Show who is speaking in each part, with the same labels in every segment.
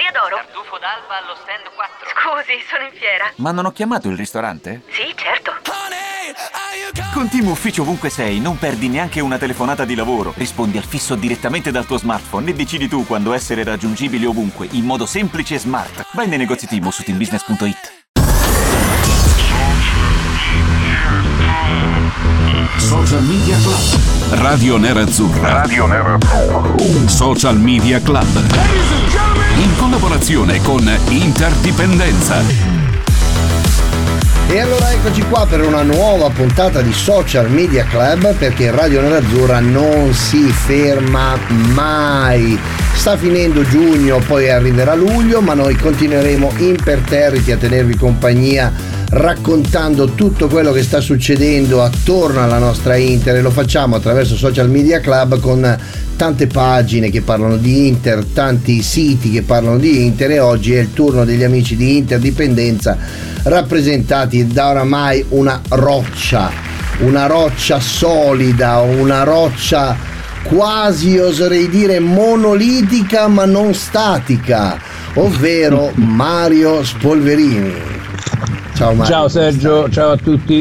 Speaker 1: Osteria d'Oro.
Speaker 2: Tartufo d'alba allo stand 4.
Speaker 1: Scusi, sono in fiera.
Speaker 3: Ma non ho chiamato il ristorante?
Speaker 1: Sì, certo.
Speaker 3: Con Team Ufficio ovunque sei, non perdi neanche una telefonata di lavoro. Rispondi al fisso direttamente dal tuo smartphone e decidi tu quando essere raggiungibile ovunque, in modo semplice e smart. Vai nei negozi Team o su teambusiness.it.
Speaker 4: Social Media Club. Radio Nerazzurra. Social Media Club. In collaborazione con Interdipendenza.
Speaker 5: E allora eccoci qua per una nuova puntata di Social Media Club, perché Radio Nerazzurra non si ferma mai. Sta finendo giugno, poi arriverà luglio, ma noi continueremo imperterriti a tenervi compagnia raccontando tutto quello che sta succedendo attorno alla nostra Inter, e lo facciamo attraverso Social Media Club con tante pagine che parlano di Inter, tanti siti che parlano di Inter, e oggi è il turno degli amici di Interdipendenza, rappresentati da oramai una roccia solida, una roccia quasi, oserei dire, monolitica ma non statica, ovvero Mario Spolverini. Ciao Mario.
Speaker 6: Ciao Sergio, ciao a tutti.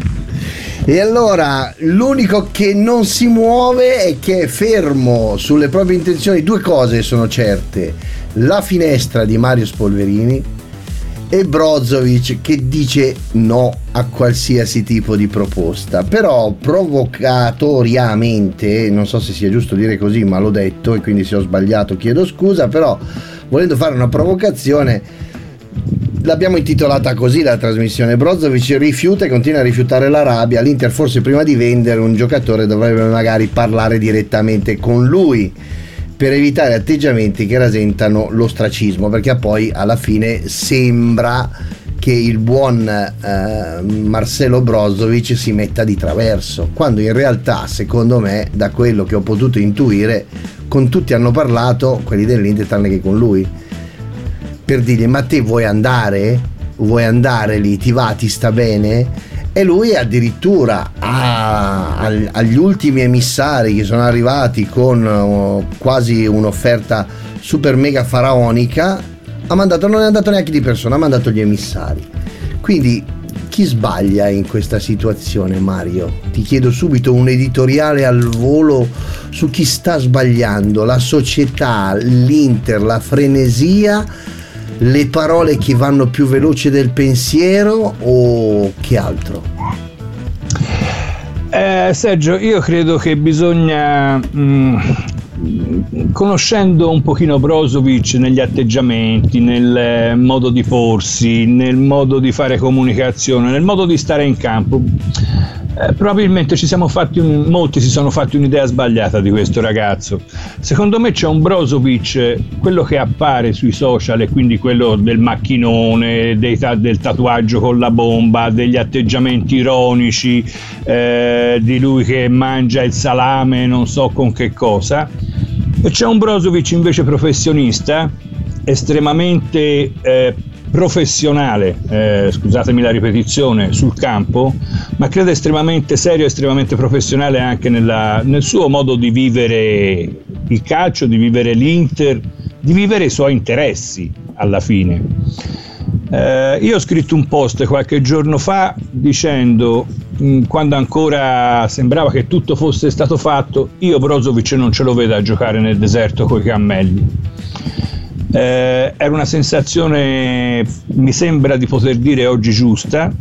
Speaker 5: E allora, l'unico che non si muove e che è fermo sulle proprie intenzioni, due cose sono certe: la finestra di Mario Spolverini e Brozovic che dice no a qualsiasi tipo di proposta. Però provocatoriamente, non so se sia giusto dire così, ma l'ho detto, e quindi se ho sbagliato chiedo scusa, però volendo fare una provocazione, l'abbiamo intitolata così la trasmissione: Brozovic rifiuta e continua a rifiutare l'Arabia. L'Inter forse prima di vendere un giocatore dovrebbe magari parlare direttamente con lui per evitare atteggiamenti che rasentano l'ostracismo, perché poi alla fine sembra che il buon Marcelo Brozovic si metta di traverso, quando in realtà, secondo me, da quello che ho potuto intuire, con tutti hanno parlato, quelli dell'Inter, tranne che con lui, per dirgli: ma te vuoi andare lì, ti va, ti sta bene? E lui addirittura agli ultimi emissari che sono arrivati con quasi un'offerta super mega faraonica, non è andato neanche di persona, ha mandato gli emissari. Quindi chi sbaglia in questa situazione, Mario? Ti chiedo subito un editoriale al volo su chi sta sbagliando: la società, l'Inter, la frenesia, le parole che vanno più veloce del pensiero, o che altro?
Speaker 6: Sergio, io credo che bisogna, conoscendo un pochino Brozovic negli atteggiamenti, nel modo di porsi, nel modo di fare comunicazione, nel modo di stare in campo, probabilmente molti si sono fatti un'idea sbagliata di questo ragazzo. Secondo me c'è un Brozovic, quello che appare sui social, e quindi quello del macchinone, del tatuaggio con la bomba, degli atteggiamenti ironici, di lui che mangia il salame non so con che cosa, e c'è un Brozovic invece professionista, estremamente professionale, scusatemi la ripetizione, sul campo, ma credo estremamente serio, estremamente professionale anche nel suo modo di vivere il calcio, di vivere l'Inter, di vivere i suoi interessi alla fine. Io ho scritto un post qualche giorno fa dicendo, quando ancora sembrava che tutto fosse stato fatto: io Brozovic non ce lo vedo a giocare nel deserto coi cammelli. Era una sensazione, mi sembra di poter dire oggi, giusta.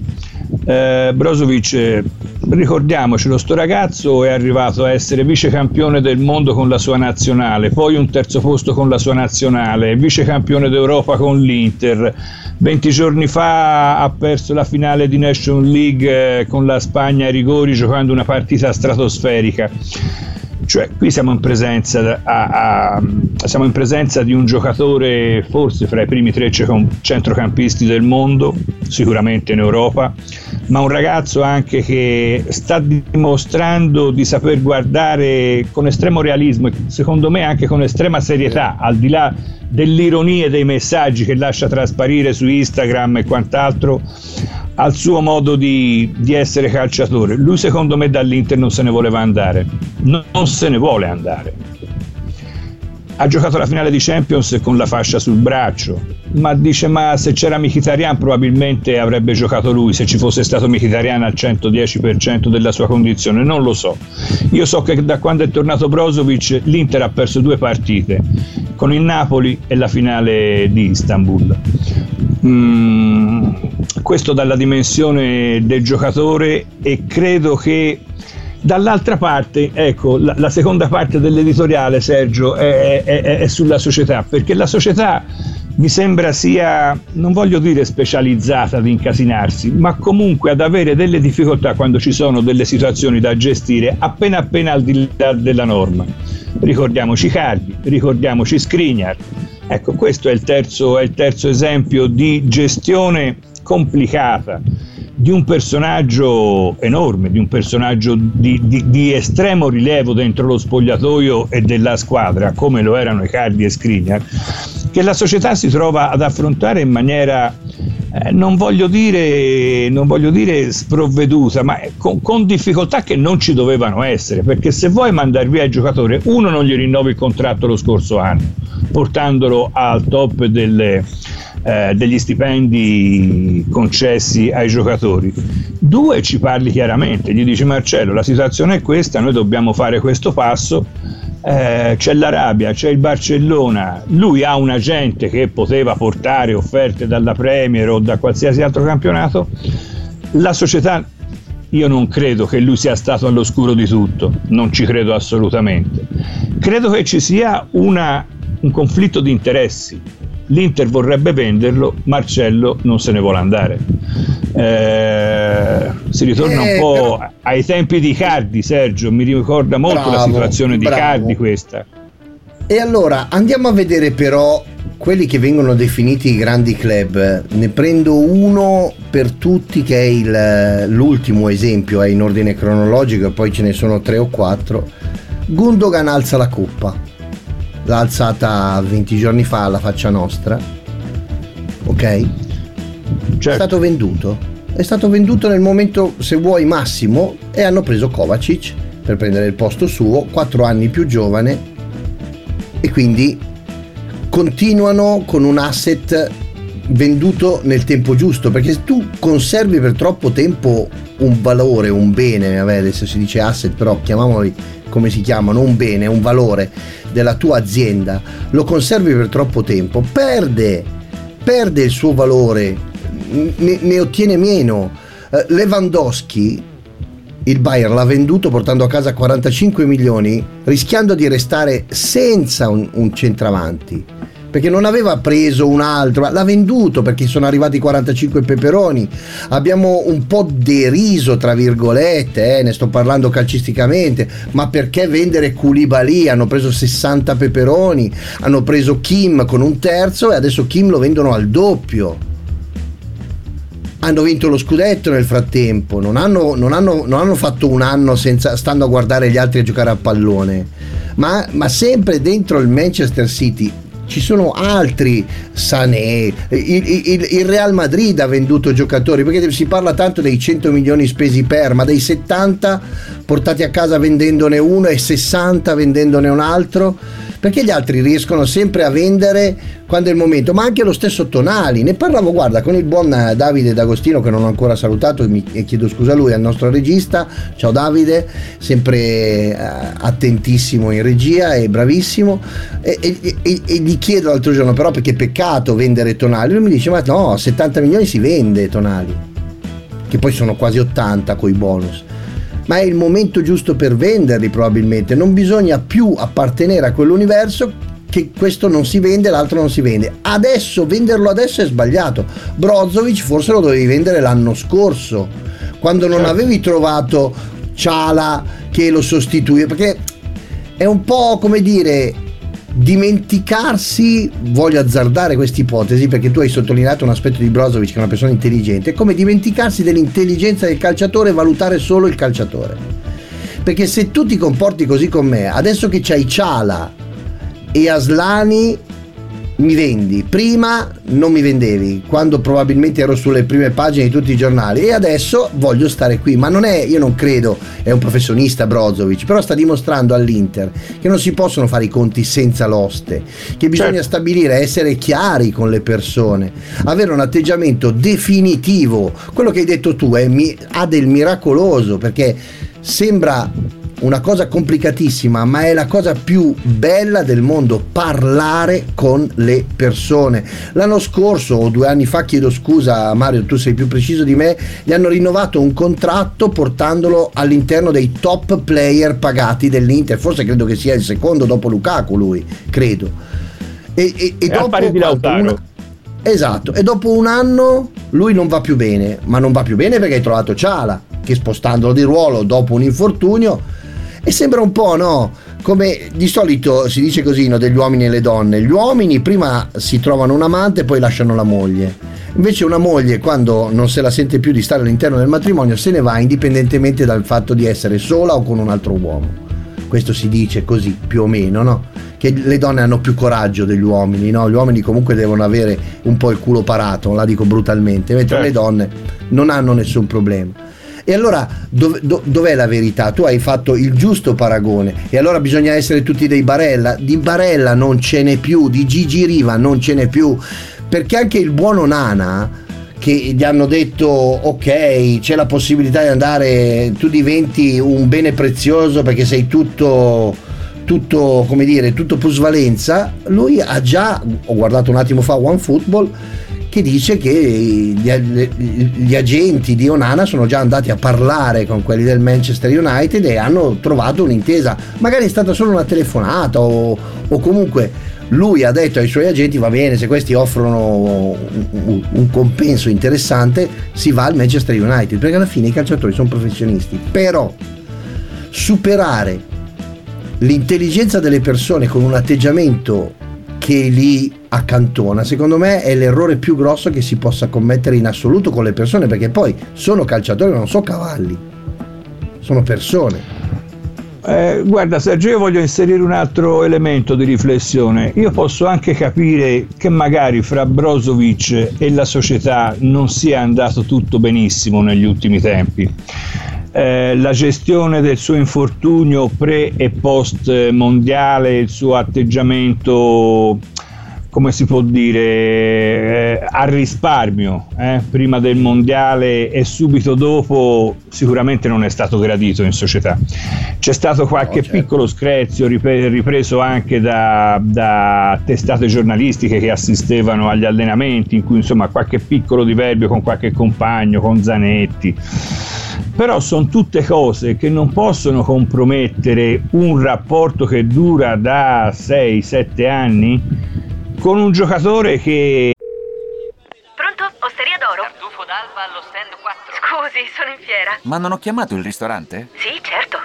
Speaker 6: Brozovic, ricordiamocelo, sto ragazzo è arrivato a essere vice campione del mondo con la sua nazionale, poi un terzo posto con la sua nazionale, vice campione d'Europa con l'Inter. 20 giorni fa ha perso la finale di Nation League con la Spagna ai rigori, giocando una partita stratosferica. Cioè, qui siamo in presenza di un giocatore forse fra i primi 3 centrocampisti del mondo, sicuramente in Europa, ma un ragazzo anche che sta dimostrando di saper guardare con estremo realismo e secondo me anche con estrema serietà, al di là dell'ironia e dei messaggi che lascia trasparire su Instagram e quant'altro, al suo modo di essere calciatore. Lui secondo me dall'Inter non se ne voleva andare, non se ne vuole andare. ha giocato la finale di Champions con la fascia sul braccio, ma dice ma se c'era Mkhitaryan probabilmente avrebbe giocato lui, se ci fosse stato Mkhitaryan al 110% della sua condizione, non lo so. Io so che da quando è tornato Brozovic l'Inter ha perso 2 partite, con il Napoli e la finale di Istanbul. Questo dalla dimensione del giocatore, e credo che dall'altra parte, ecco, la seconda parte dell'editoriale, Sergio, è sulla società, perché la società mi sembra sia, non voglio dire specializzata ad incasinarsi, ma comunque ad avere delle difficoltà quando ci sono delle situazioni da gestire appena al di là della norma. Ricordiamoci Cardi, ricordiamoci Skriniar. Ecco, questo è il terzo esempio di gestione complicata di un personaggio enorme, di un personaggio di estremo rilievo dentro lo spogliatoio e della squadra, come lo erano Icardi e Skriniar, che la società si trova ad affrontare in maniera non voglio dire sprovveduta, ma con difficoltà che non ci dovevano essere, perché se vuoi mandare via il giocatore, uno, non gli rinnovi il contratto lo scorso anno, portandolo al top degli stipendi concessi ai giocatori. 2, ci parli chiaramente, gli dici Marcello, la situazione è questa, noi dobbiamo fare questo passo, c'è l'Arabia, c'è il Barcellona, lui ha un agente che poteva portare offerte dalla Premier o da qualsiasi altro campionato, la società, io non credo che lui sia stato all'oscuro di tutto, non ci credo assolutamente, credo che ci sia un conflitto di interessi. L'Inter vorrebbe venderlo, Marcello non se ne vuole andare. Si ritorna un po' ai tempi di Icardi, Sergio, mi ricorda molto la situazione di Icardi questa.
Speaker 5: E allora andiamo a vedere però quelli che vengono definiti i grandi club. Ne prendo uno per tutti che è l'ultimo esempio, è in ordine cronologico e poi ce ne sono 3 o 4. Gundogan alza la coppa. L'ha alzata 20 giorni fa alla faccia nostra, ok? Certo. È stato venduto nel momento, se vuoi, massimo, e hanno preso Kovacic per prendere il posto suo, 4 anni più giovane, e quindi continuano con un asset venduto nel tempo giusto, perché se tu conservi per troppo tempo un valore, un bene, adesso si dice asset, però chiamiamoli come si chiamano, un bene, un valore della tua azienda, lo conservi per troppo tempo, perde il suo valore, ne ottiene meno. Lewandowski, il Bayern l'ha venduto portando a casa 45 milioni, rischiando di restare senza un centravanti, perché non aveva preso un altro, l'ha venduto perché sono arrivati 45 peperoni. Abbiamo un po' deriso, tra virgolette, ne sto parlando calcisticamente, ma perché vendere Koulibaly? Hanno preso 60 peperoni, hanno preso Kim con un terzo e adesso Kim lo vendono al doppio. Hanno vinto lo scudetto nel frattempo, non hanno fatto un anno stando a guardare gli altri a giocare a pallone, ma sempre dentro il Manchester City ci sono altri, Sané, il Real Madrid ha venduto giocatori, perché si parla tanto dei 100 milioni spesi ma dei 70 portati a casa vendendone uno e 60 vendendone un altro, perché gli altri riescono sempre a vendere quando è il momento. Ma anche lo stesso Tonali, ne parlavo, guarda, con il buon Davide D'Agostino, che non ho ancora salutato e chiedo scusa a lui, al nostro regista. Ciao Davide, sempre attentissimo in regia e bravissimo, e gli chiedo l'altro giorno però perché peccato vendere Tonali. Lui mi dice ma no, 70 milioni si vende Tonali, che poi sono quasi 80 coi bonus, ma è il momento giusto per venderli. Probabilmente non bisogna più appartenere a quell'universo che questo non si vende, l'altro non si vende. Adesso venderlo adesso è sbagliato. Brozovic forse lo dovevi vendere l'anno scorso, quando non avevi trovato Ciala che lo sostituisce, perché è un po' come dire dimenticarsi, voglio azzardare questa ipotesi perché tu hai sottolineato un aspetto di Brozovic che è una persona intelligente, è come dimenticarsi dell'intelligenza del calciatore e valutare solo il calciatore. Perché se tu ti comporti così con me, adesso che c'hai Ciala e Aslani, mi vendi, prima non mi vendevi, quando probabilmente ero sulle prime pagine di tutti i giornali, e adesso voglio stare qui. Ma non è, io non credo, è un professionista Brozovic, però sta dimostrando all'Inter che non si possono fare i conti senza l'oste, che bisogna stabilire, essere chiari con le persone, avere un atteggiamento definitivo. Quello che hai detto tu ha del miracoloso, perché sembra una cosa complicatissima, ma è la cosa più bella del mondo, parlare con le persone. L'anno scorso o 2 anni fa, chiedo scusa Mario, tu sei più preciso di me, gli hanno rinnovato un contratto portandolo all'interno dei top player pagati dell'Inter, forse credo che sia il secondo dopo Lukaku, lui credo, e dopo
Speaker 6: al pari di Lautaro.
Speaker 5: Esatto, e dopo un anno lui non va più bene, ma non va più bene perché hai trovato Ciala, che spostandolo di ruolo dopo un infortunio. E sembra un po', no? Come di solito si dice così, no, degli uomini e le donne. Gli uomini prima si trovano un amante e poi lasciano la moglie. Invece una moglie, quando non se la sente più di stare all'interno del matrimonio, se ne va indipendentemente dal fatto di essere sola o con un altro uomo. Questo si dice così, più o meno, no? Che le donne hanno più coraggio degli uomini, no? Gli uomini comunque devono avere un po' il culo parato, la dico brutalmente, mentre le donne non hanno nessun problema. E allora dov'è la verità? Tu hai fatto il giusto paragone, e allora bisogna essere tutti dei Barella. Di Barella non ce n'è più, di Gigi Riva non ce n'è più, perché anche il buono Nana, che gli hanno detto ok, c'è la possibilità di andare, tu diventi un bene prezioso perché sei tutto come dire, tutto plusvalenza. Lui ha già, ho guardato un attimo fa OneFootball, che dice che gli agenti di Onana sono già andati a parlare con quelli del Manchester United e hanno trovato un'intesa. Magari è stata solo una telefonata o comunque lui ha detto ai suoi agenti: va bene, se questi offrono un compenso interessante si va al Manchester United, perché alla fine i calciatori sono professionisti. Però superare l'intelligenza delle persone con un atteggiamento che li accantona, secondo me è l'errore più grosso che si possa commettere in assoluto con le persone, perché poi sono calciatori, non sono cavalli, sono persone.
Speaker 6: Guarda Sergio, io voglio inserire un altro elemento di riflessione. Io posso anche capire che magari fra Brozovic e la società non sia andato tutto benissimo negli ultimi tempi. La gestione del suo infortunio pre e post mondiale, il suo atteggiamento, come si può dire, al risparmio prima del mondiale e subito dopo, sicuramente non è stato gradito in società. C'è stato qualche piccolo screzio ripreso anche da testate giornalistiche che assistevano agli allenamenti, in cui insomma qualche piccolo diverbio con qualche compagno, con Zanetti. Però sono tutte cose che non possono compromettere un rapporto che dura da 6-7 anni con un giocatore che...
Speaker 2: Pronto? Osteria d'Oro? Tartufo d'Alba allo stand 4. Scusi, sono in fiera.
Speaker 3: Ma non ho chiamato il ristorante?
Speaker 2: Sì, certo.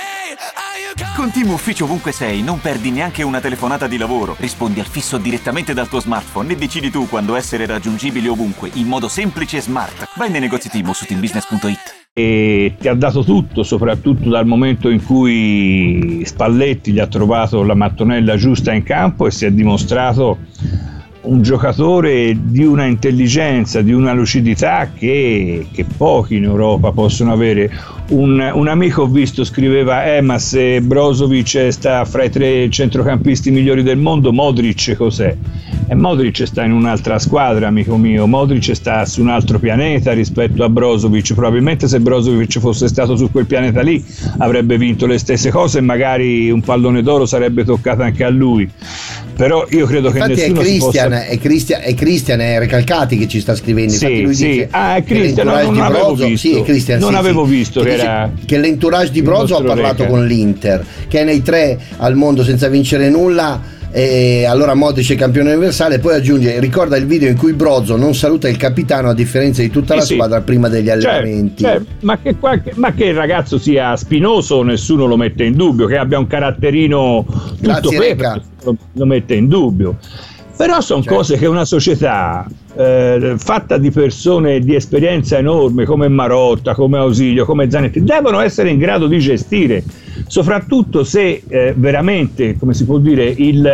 Speaker 3: Con Team Ufficio ovunque sei non perdi neanche una telefonata di lavoro. Rispondi al fisso direttamente dal tuo smartphone e decidi tu quando essere raggiungibile ovunque, in modo semplice e smart. Vai nei negozi Team su teambusiness.it.
Speaker 6: E ti ha dato tutto, soprattutto dal momento in cui Spalletti gli ha trovato la mattonella giusta in campo e si è dimostrato un giocatore di una intelligenza, di una lucidità che pochi in Europa possono avere. Un amico, ho visto, scriveva ma se Brozovic sta fra i 3 centrocampisti migliori del mondo, Modric cos'è? E Modric sta in un'altra squadra, amico mio. Modric sta su un altro pianeta rispetto a Brozovic. Probabilmente se Brozovic fosse stato su quel pianeta lì avrebbe vinto le stesse cose e magari un pallone d'oro sarebbe toccato anche a lui. Però io credo che nessuno
Speaker 5: è Cristian Recalcati che ci sta scrivendo.
Speaker 6: Sì,
Speaker 5: lui
Speaker 6: sì.
Speaker 5: dice
Speaker 6: È Cristian, non avevo visto.
Speaker 5: Sì, è Cristian,
Speaker 6: non avevo visto
Speaker 5: che
Speaker 6: era
Speaker 5: che l'entourage di Brozo ha parlato con l'Inter, che è nei 3 al mondo senza vincere nulla. E allora Modric è campione universale, poi aggiunge: ricorda il video in cui Brozo non saluta il capitano a differenza di tutta la squadra prima degli allenamenti.
Speaker 6: Ma che il ragazzo sia spinoso nessuno lo mette in dubbio, che abbia un caratterino tutto lo mette in dubbio. Però sono cose che una società fatta di persone di esperienza enorme come Marotta, come Ausilio, come Zanetti devono essere in grado di gestire, soprattutto se veramente, come si può dire,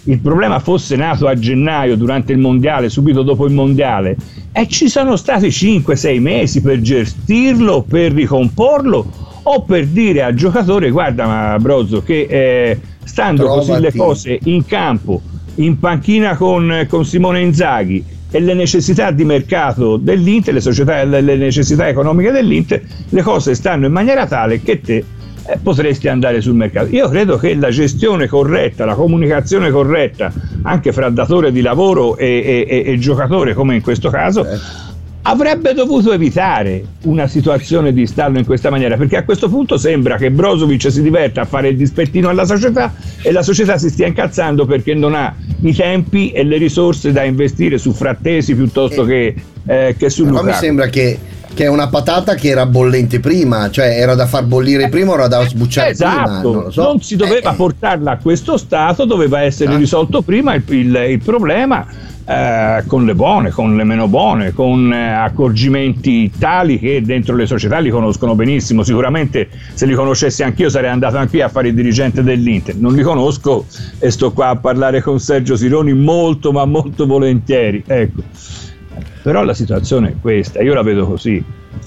Speaker 6: il problema fosse nato a gennaio durante il mondiale, subito dopo il mondiale, e ci sono stati 5-6 mesi per gestirlo, per ricomporlo, o per dire al giocatore: guarda, ma Brozzo, che stando così le cose in campo, in panchina con Simone Inzaghi, e le necessità di mercato dell'Inter, le necessità economiche dell'Inter, le cose stanno in maniera tale che te potresti andare sul mercato. Io credo che la gestione corretta, la comunicazione corretta, anche fra datore di lavoro e giocatore, come in questo caso, avrebbe dovuto evitare una situazione di stallo in questa maniera, perché a questo punto sembra che Brozovic si diverta a fare il dispettino alla società e la società si stia incazzando perché non ha i tempi e le risorse da investire su Frattesi piuttosto che su Lukaku.
Speaker 5: Ma mi sembra che è una patata che era bollente prima, cioè era da far bollire prima o era da sbucciare prima, non lo so.
Speaker 6: Non si doveva portarla a questo stato, doveva essere risolto prima il problema, con le buone, con le meno buone, con accorgimenti tali che dentro le società li conoscono benissimo. Sicuramente se li conoscessi anch'io sarei andato anche a fare il dirigente dell'Inter. Non li conosco e sto qua a parlare con Sergio Sironi molto ma molto volentieri, ecco. Però la situazione è questa, io la vedo così.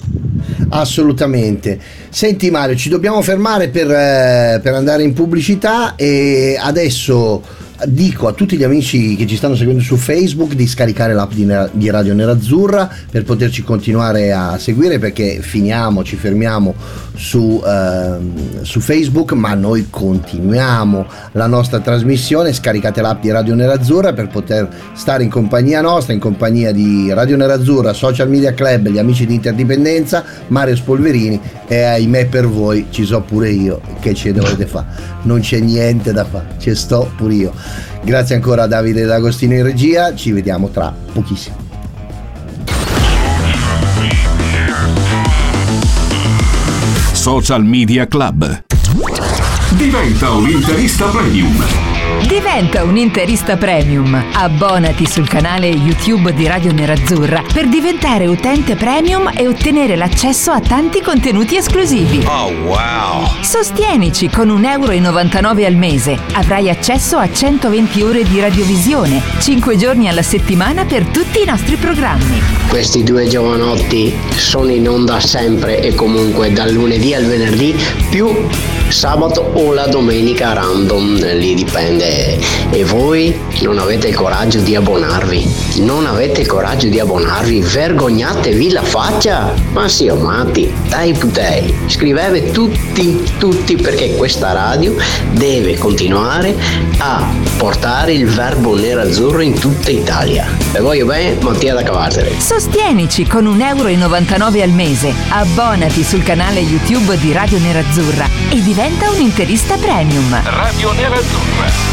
Speaker 5: Assolutamente. Senti Mario, ci dobbiamo fermare per andare in pubblicità, e adesso dico a tutti gli amici che ci stanno seguendo su Facebook di scaricare l'app di Radio Nerazzurra per poterci continuare a seguire, perché ci fermiamo su Facebook, ma noi continuiamo la nostra trasmissione. Scaricate l'app di Radio Nerazzurra per poter stare in compagnia nostra, in compagnia di Radio Nerazzurra, Social Media Club, gli amici di Interdipendenza, Mario Spolverini, e ahimè per voi ci so pure io. Che ci dovete fare? Non c'è niente da fare, ci sto pure io. Grazie ancora a Davide D'Agostino in regia, ci vediamo tra pochissimo.
Speaker 4: Social Media Club. Diventa un interista premium.
Speaker 1: Diventa un interista premium. Abbonati sul canale YouTube di Radio Nerazzurra per diventare utente premium e ottenere l'accesso a tanti contenuti esclusivi.
Speaker 7: Oh wow!
Speaker 1: Sostienici con €1,99 al mese. Avrai accesso a 120 ore di radiovisione, 5 giorni alla settimana per tutti i nostri programmi.
Speaker 8: Questi due giovanotti sono in onda sempre e comunque dal lunedì al venerdì, più sabato o la domenica random, lì dipende. E voi non avete il coraggio di abbonarvi? Non avete il coraggio di abbonarvi? Vergognatevi la faccia! Ma sì, matti, dai putei, scrivete tutti, perché questa radio deve continuare a portare il verbo nerazzurro in tutta Italia. E voglio bene, Mattia da Cavazzere.
Speaker 1: Sostienici con €1,99 al mese. Abbonati sul canale YouTube di Radio Nerazzurra e diventa un interista premium.
Speaker 4: Radio Nerazzurra.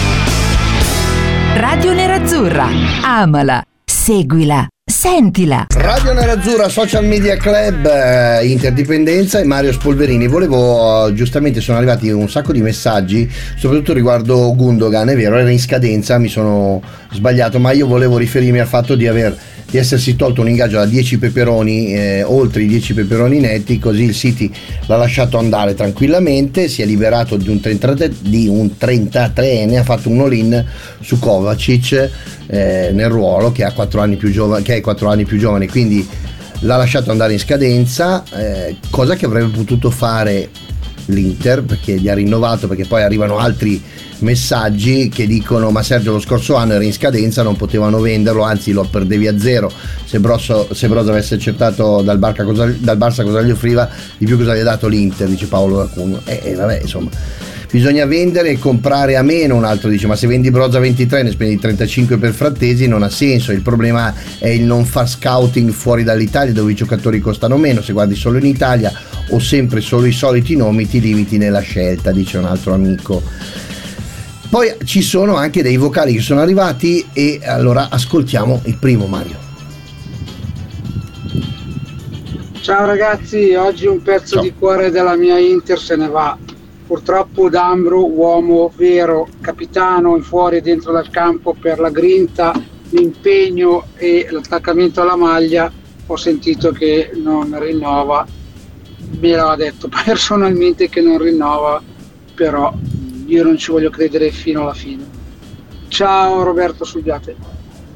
Speaker 1: Radio Nerazzurra. Amala, seguila, sentila.
Speaker 5: Radio Nerazzurra, Social Media Club, Interdipendenza e Mario Spolverini. Giustamente sono arrivati un sacco di messaggi, soprattutto riguardo Gundogan. È vero, era in scadenza, mi sono sbagliato, ma io volevo riferirmi al fatto di essersi tolto un ingaggio da 10 peperoni, oltre i 10 peperoni netti, così il City l'ha lasciato andare tranquillamente, si è liberato di un 33enne, ha fatto un all-in su Kovacic nel ruolo, che è 4 anni più giovane, quindi l'ha lasciato andare in scadenza, cosa che avrebbe potuto fare l'Inter, perché gli ha rinnovato, perché poi arrivano altri messaggi che dicono: ma Sergio, lo scorso anno era in scadenza, non potevano venderlo, anzi lo perdevi a zero. Se Brozo avesse accettato dal Barça cosa gli offriva di più, cosa gli ha dato l'Inter, dice Paolo D'Acunno. Vabbè, insomma, bisogna vendere e comprare a meno. Un altro dice: ma se vendi Brozo a 23 ne spendi 35 per Frattesi, non ha senso. Il problema è il non far scouting fuori dall'Italia, dove i giocatori costano meno. Se guardi solo in Italia o sempre solo i soliti nomi, ti limiti nella scelta, dice un altro amico. Poi ci sono anche dei vocali che sono arrivati, e allora ascoltiamo il primo. Mario.
Speaker 9: Ciao ragazzi, oggi un pezzo di cuore della mia Inter se ne va. Purtroppo D'Ambro, uomo vero, capitano in fuori e dentro dal campo, per la grinta, l'impegno e l'attaccamento alla maglia, ho sentito che non rinnova. Me l'ha detto personalmente che non rinnova, però io non ci voglio credere fino alla fine. Ciao Roberto Subiate.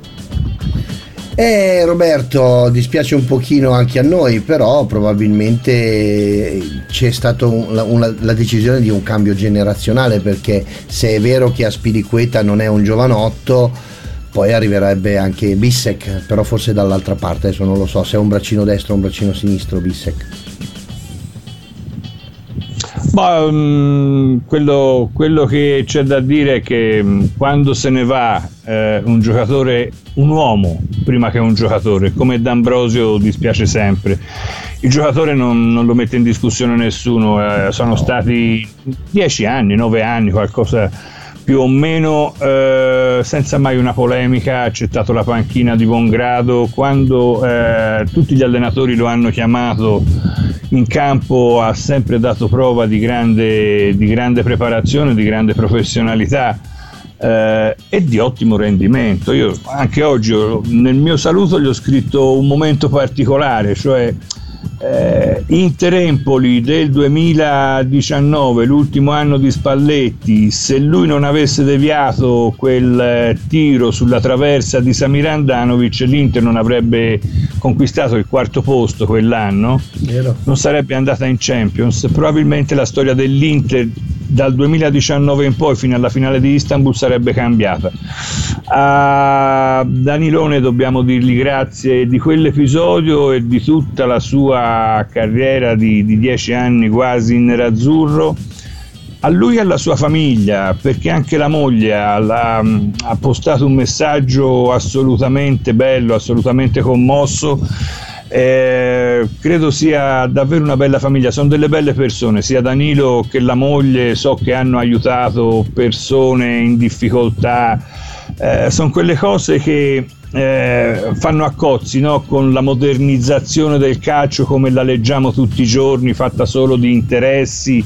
Speaker 5: Roberto, dispiace un pochino anche a noi, però probabilmente c'è stata la decisione di un cambio generazionale, perché se è vero che Azpilicueta non è un giovanotto, poi arriverebbe anche Bissek, però forse dall'altra parte, adesso non lo so se è un braccino destro o un braccino sinistro Bissek.
Speaker 6: Quello che c'è da dire è che quando se ne va un giocatore, un uomo prima che un giocatore come D'Ambrosio, dispiace sempre. Il giocatore non lo mette in discussione nessuno, sono stati 10 anni, 9 anni, qualcosa più o meno, senza mai una polemica, ha accettato la panchina di buon grado. Quando tutti gli allenatori lo hanno chiamato in campo ha sempre dato prova di grande preparazione, di grande professionalità e di ottimo rendimento. Io anche oggi nel mio saluto gli ho scritto un momento particolare, cioè Inter-Empoli del 2019, l'ultimo anno di Spalletti. Se lui non avesse deviato quel tiro sulla traversa di Samir Handanovic, l'Inter non avrebbe conquistato il 4º posto quell'anno, non sarebbe andata in Champions. Probabilmente la storia dell'Inter dal 2019 in poi fino alla finale di Istanbul sarebbe cambiata. A Danilone dobbiamo dirgli grazie di quell'episodio e di tutta la sua carriera di 10 anni quasi in nerazzurro. A lui e alla sua famiglia, perché anche la moglie ha postato un messaggio assolutamente bello, assolutamente commosso. Credo sia davvero una bella famiglia, sono delle belle persone, sia Danilo che la moglie. So che hanno aiutato persone in difficoltà, sono quelle cose che fanno a cozzi, no? Con la modernizzazione del calcio come la leggiamo tutti i giorni, fatta solo di interessi,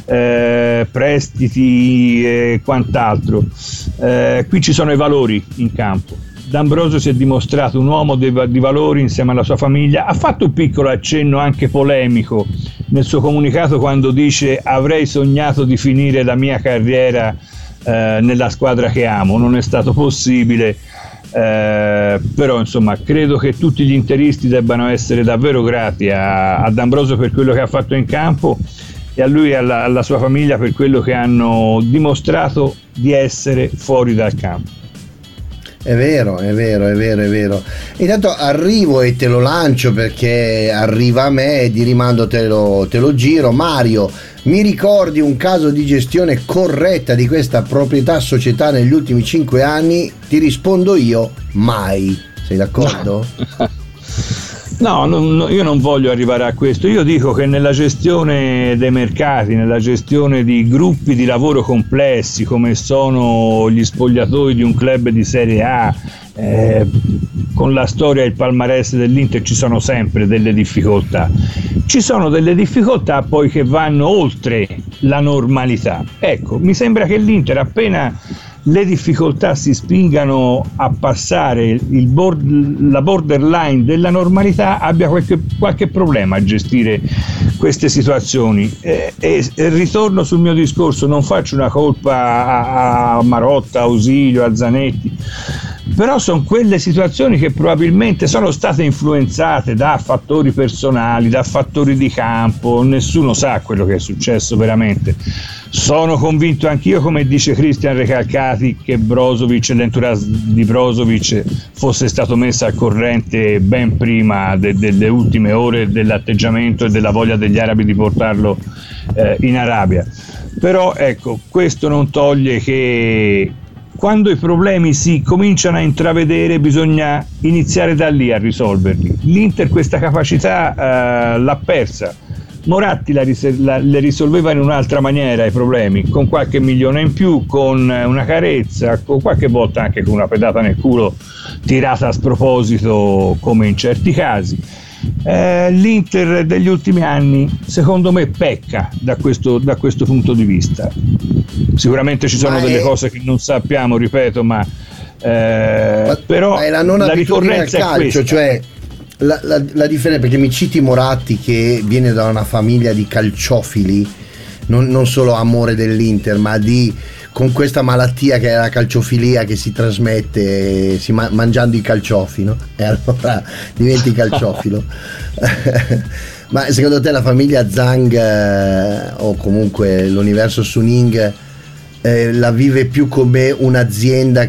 Speaker 6: prestiti e quant'altro. Qui ci sono i valori in campo. D'Ambrosio si è dimostrato un uomo di valori insieme alla sua famiglia. Ha fatto un piccolo accenno anche polemico nel suo comunicato quando dice: avrei sognato di finire la mia carriera nella squadra che amo, non è stato possibile, però insomma credo che tutti gli interisti debbano essere davvero grati a D'Ambrosio per quello che ha fatto in campo e a lui e alla sua famiglia per quello che hanno dimostrato di essere fuori dal campo.
Speaker 5: È vero. Intanto arrivo e te lo lancio perché arriva a me e di rimando te lo giro. Mario, mi ricordi un caso di gestione corretta di questa proprietà società negli ultimi 5 anni? Ti rispondo io: mai. Sei d'accordo?
Speaker 6: No, io non voglio arrivare a questo. Io dico che nella gestione dei mercati, nella gestione di gruppi di lavoro complessi come sono gli spogliatoi di un club di Serie A, con la storia e il palmarès dell'Inter ci sono sempre delle difficoltà. Ci sono delle difficoltà poi che vanno oltre la normalità. Ecco, mi sembra che l'Inter, appena le difficoltà si spingano a passare la borderline della normalità, abbia qualche problema a gestire queste situazioni. E ritorno sul mio discorso, non faccio una colpa a Marotta, a Ausilio, a Zanetti, però sono quelle situazioni che probabilmente sono state influenzate da fattori personali, da fattori di campo. Nessuno sa quello che è successo veramente. Sono convinto anch'io, come dice Christian Recalcati, che Brozovic e l'entourage di Brozovic fosse stato messo al corrente ben prima delle ultime ore dell'atteggiamento e della voglia degli arabi di portarlo in Arabia. Però ecco, questo non toglie che quando i problemi si cominciano a intravedere bisogna iniziare da lì a risolverli. L'Inter questa capacità l'ha persa. Moratti le risolveva in un'altra maniera i problemi, con qualche milione in più, con una carezza, con qualche volta anche con una pedata nel culo tirata a sproposito, come in certi casi. L'Inter degli ultimi anni secondo me pecca da questo punto di vista. Sicuramente ci sono delle cose che non sappiamo, ripeto, ma però
Speaker 5: è la non abitudine al calcio, cioè la differenza, perché mi citi Moratti che viene da una famiglia di calciofili, non solo amore dell'Inter, ma di con questa malattia che è la calciofilia, che si trasmette mangiando i calciofi, no? E allora diventi calciofilo. Ma secondo te la famiglia Zhang o comunque l'universo Suning la vive più come un'azienda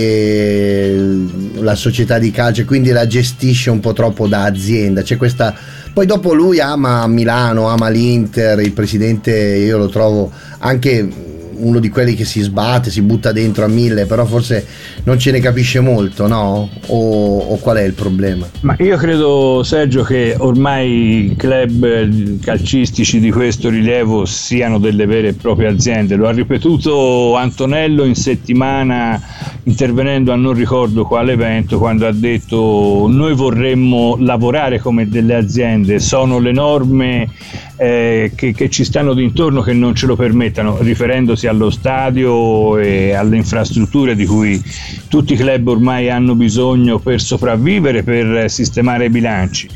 Speaker 5: che la società di calcio, quindi la gestisce un po' troppo da azienda? C'è questa. Poi dopo lui ama Milano, ama l'Inter, il presidente io lo trovo anche uno di quelli che si sbatte, si butta dentro a 1000, però forse non ce ne capisce molto, no? O qual è il problema?
Speaker 6: Ma io credo, Sergio, che ormai i club calcistici di questo rilievo siano delle vere e proprie aziende. Lo ha ripetuto Antonello in settimana, intervenendo a non ricordo quale evento, quando ha detto: noi vorremmo lavorare come delle aziende, sono le norme che ci stanno d'intorno che non ce lo permettano, riferendosi allo stadio e alle infrastrutture di cui tutti i club ormai hanno bisogno per sopravvivere, per sistemare i bilanci.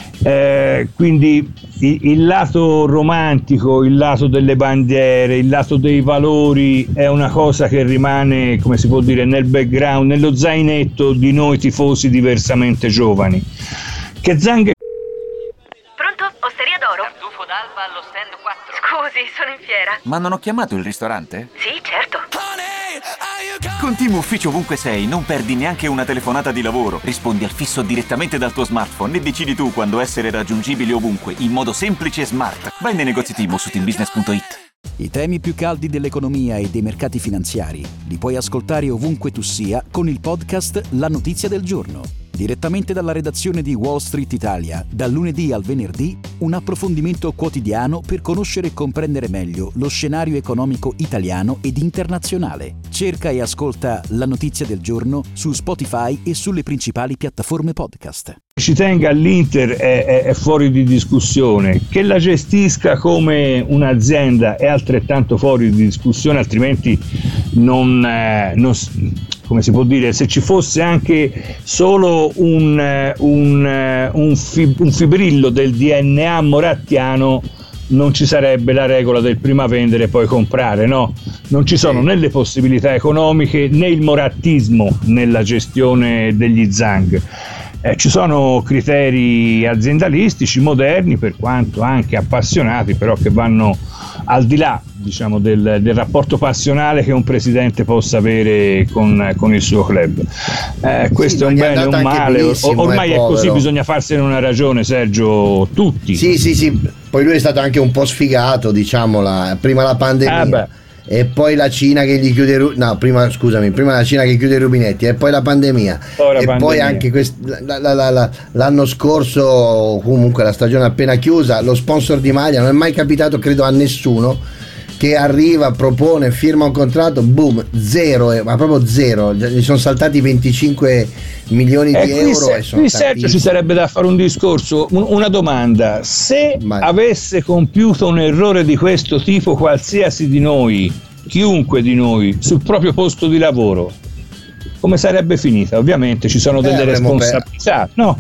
Speaker 6: Quindi il lato romantico, il lato delle bandiere, il lato dei valori è una cosa che rimane, come si può dire, nel background, nello zainetto di noi tifosi diversamente giovani. Che Zhang.
Speaker 2: Pronto? Osteria d'oro?
Speaker 7: Tartufo d'alba allo stand 4.
Speaker 2: Scusi, sono in fiera.
Speaker 3: Ma non ho chiamato il ristorante?
Speaker 2: Sì, certo.
Speaker 3: Con Team Ufficio ovunque sei, non perdi neanche una telefonata di lavoro. Rispondi al fisso direttamente dal tuo smartphone e decidi tu quando essere raggiungibile ovunque, in modo semplice e smart. Vai nei negozi Team o su teambusiness.it.
Speaker 10: I temi più caldi dell'economia e dei mercati finanziari li puoi ascoltare ovunque tu sia con il podcast La Notizia del Giorno. Direttamente dalla redazione di Wall Street Italia, dal lunedì al venerdì, un approfondimento quotidiano per conoscere e comprendere meglio lo scenario economico italiano ed internazionale. Cerca e ascolta La Notizia del Giorno su Spotify e sulle principali piattaforme podcast.
Speaker 6: Ci tenga all'Inter è fuori di discussione, che la gestisca come un'azienda è altrettanto fuori di discussione, altrimenti non come si può dire, se ci fosse anche solo un fibrillo del DNA morattiano non ci sarebbe la regola del prima vendere e poi comprare, no? Non ci sono né le possibilità economiche né il morattismo nella gestione degli Zhang. Ci sono criteri aziendalistici moderni, per quanto anche appassionati, però che vanno al di là, diciamo, del rapporto passionale che un presidente possa avere con il suo club. Questo è un bene o un male, ormai è così, bisogna farsene una ragione, Sergio, tutti.
Speaker 5: Sì, poi lui è stato anche un po' sfigato, diciamo, prima la pandemia. E poi la Cina che gli chiude prima la Cina che chiude i rubinetti e poi la pandemia poi anche l'anno scorso, comunque la stagione appena chiusa, lo sponsor di maglia. Non è mai capitato, credo, a nessuno che arriva, propone, firma un contratto, boom, zero, ma proprio zero. Gli sono saltati 25 milioni di euro.
Speaker 6: Qui Sergio ci sarebbe da fare un discorso, una domanda: se avesse compiuto un errore di questo tipo qualsiasi di noi, chiunque di noi, sul proprio posto di lavoro, come sarebbe finita? Ovviamente ci sono delle responsabilità, no?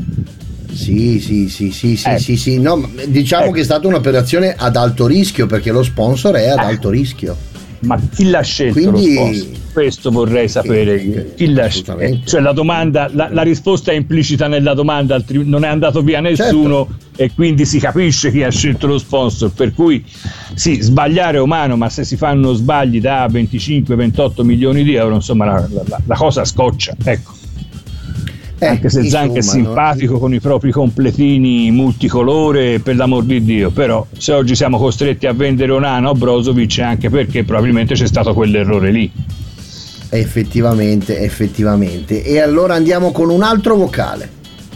Speaker 6: Sì,
Speaker 5: no, diciamo che è stata un'operazione ad alto rischio, perché lo sponsor è ad alto rischio.
Speaker 6: Ma chi l'ha scelto lo sponsor? Questo vorrei sapere, chi l'ha scelto? Cioè la domanda, la risposta è implicita nella domanda, non è andato via nessuno, certo. E quindi si capisce chi ha scelto lo sponsor, per cui sì, sbagliare è umano, ma se si fanno sbagli da 25-28 milioni di euro, insomma la cosa scoccia, ecco. Anche se Zhang è simpatico con i propri completini multicolore, per l'amor di Dio, però se oggi siamo costretti a vendere Onana o Brozovic è anche perché probabilmente c'è stato quell'errore lì.
Speaker 5: Effettivamente. E allora andiamo con un altro vocale.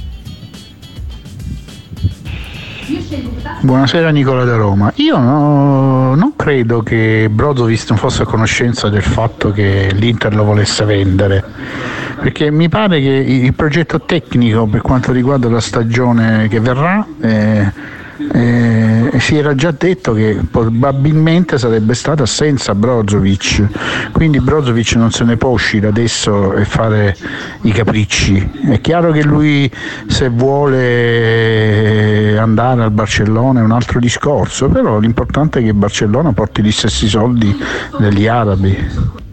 Speaker 11: Buonasera, Nicola da Roma. Io non credo che Brozovic non fosse a conoscenza del fatto che l'Inter lo volesse vendere, perché mi pare che il progetto tecnico per quanto riguarda la stagione che verrà si era già detto che probabilmente sarebbe stata senza Brozovic, quindi Brozovic non se ne può uscire adesso e fare i capricci. È chiaro che lui, se vuole andare al Barcellona, è un altro discorso, però l'importante è che Barcellona porti gli stessi soldi degli arabi.